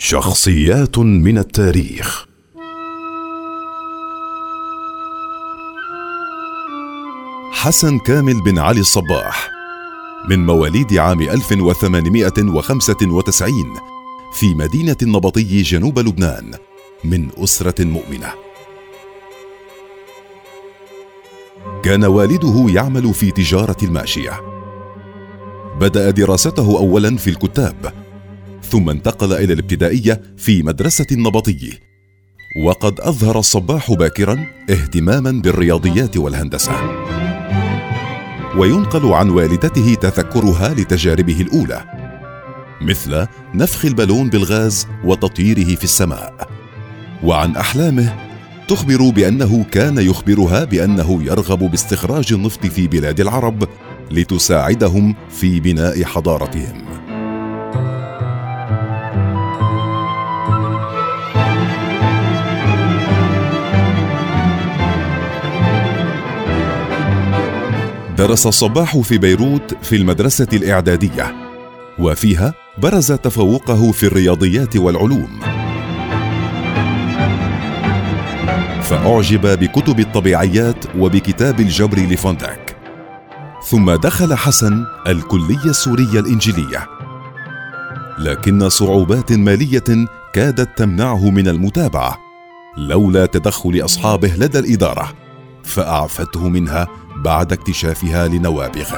شخصيات من التاريخ. حسن كامل بن علي الصباح من مواليد عام 1895 في مدينة النبطي جنوب لبنان، من أسرة مؤمنة. كان والده يعمل في تجارة الماشية. بدأ دراسته أولاً في الكتاب، ثم انتقل إلى الابتدائية في مدرسة النبطي. وقد أظهر الصباح باكراً اهتماماً بالرياضيات والهندسة. وينقل عن والدته تذكرها لتجاربه الأولى، مثل نفخ البالون بالغاز وتطييره في السماء. وعن أحلامه تخبر بأنه كان يخبرها بأنه يرغب باستخراج النفط في بلاد العرب لتساعدهم في بناء حضارتهم. درس الصباح في بيروت في المدرسة الإعدادية، وفيها برز تفوقه في الرياضيات والعلوم، فأعجب بكتب الطبيعيات وبكتاب الجبر لفونداك. ثم دخل حسن الكلية السورية الإنجيلية، لكن صعوبات مالية كادت تمنعه من المتابعة لولا تدخل أصحابه لدى الإدارة، فأعفته منها بعد اكتشافها لنوابغه.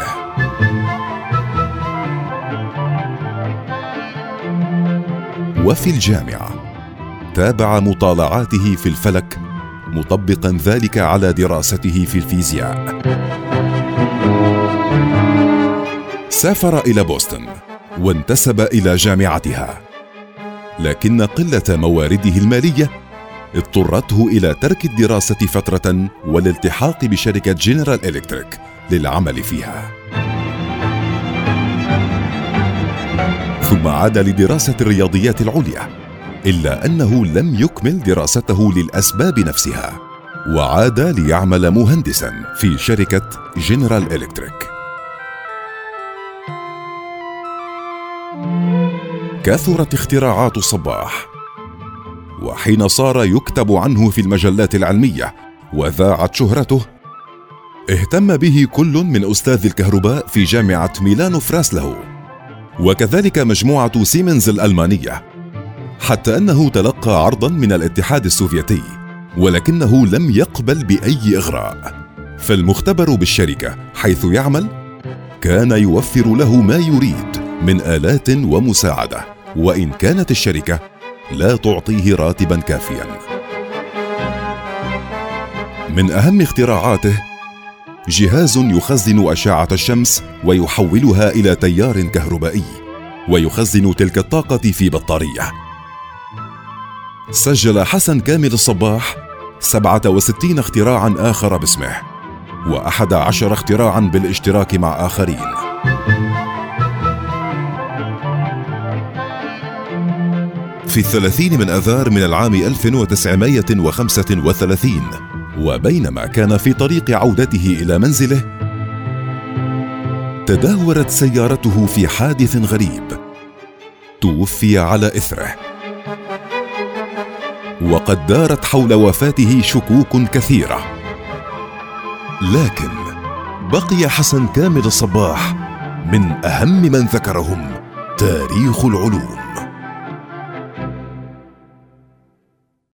وفي الجامعة تابع مطالعاته في الفلك، مطبقا ذلك على دراسته في الفيزياء. سافر إلى بوسطن وانتسب إلى جامعتها، لكن قلة موارده المالية اضطرته إلى ترك الدراسة فترة والالتحاق بشركة جنرال إلكتريك للعمل فيها، ثم عاد لدراسة الرياضيات العليا، إلا أنه لم يكمل دراسته للأسباب نفسها، وعاد ليعمل مهندساً في شركة جنرال إلكتريك. كثرت اختراعات الصباح، وحين صار يكتب عنه في المجلات العلمية وذاعت شهرته، اهتم به كل من أستاذ الكهرباء في جامعة ميلانو فراسلهو، وكذلك مجموعة سيمنز الألمانية، حتى أنه تلقى عرضاً من الاتحاد السوفيتي، ولكنه لم يقبل بأي إغراء. فالمختبر بالشركة حيث يعمل كان يوفر له ما يريد من آلات ومساعدة، وإن كانت الشركة لا تعطيه راتباً كافياً. من أهم اختراعاته جهاز يخزن أشعة الشمس ويحولها إلى تيار كهربائي، ويخزن تلك الطاقة في بطارية. سجل حسن كامل الصباح 67 اختراعاً آخر باسمه، و11 اختراعاً بالاشتراك مع آخرين. في 30 من آذار من العام 1935، وبينما كان في طريق عودته إلى منزله، تدهورت سيارته في حادث غريب توفي على إثره. وقد دارت حول وفاته شكوك كثيرة، لكن بقي حسن كامل الصباح من أهم من ذكرهم تاريخ العلوم.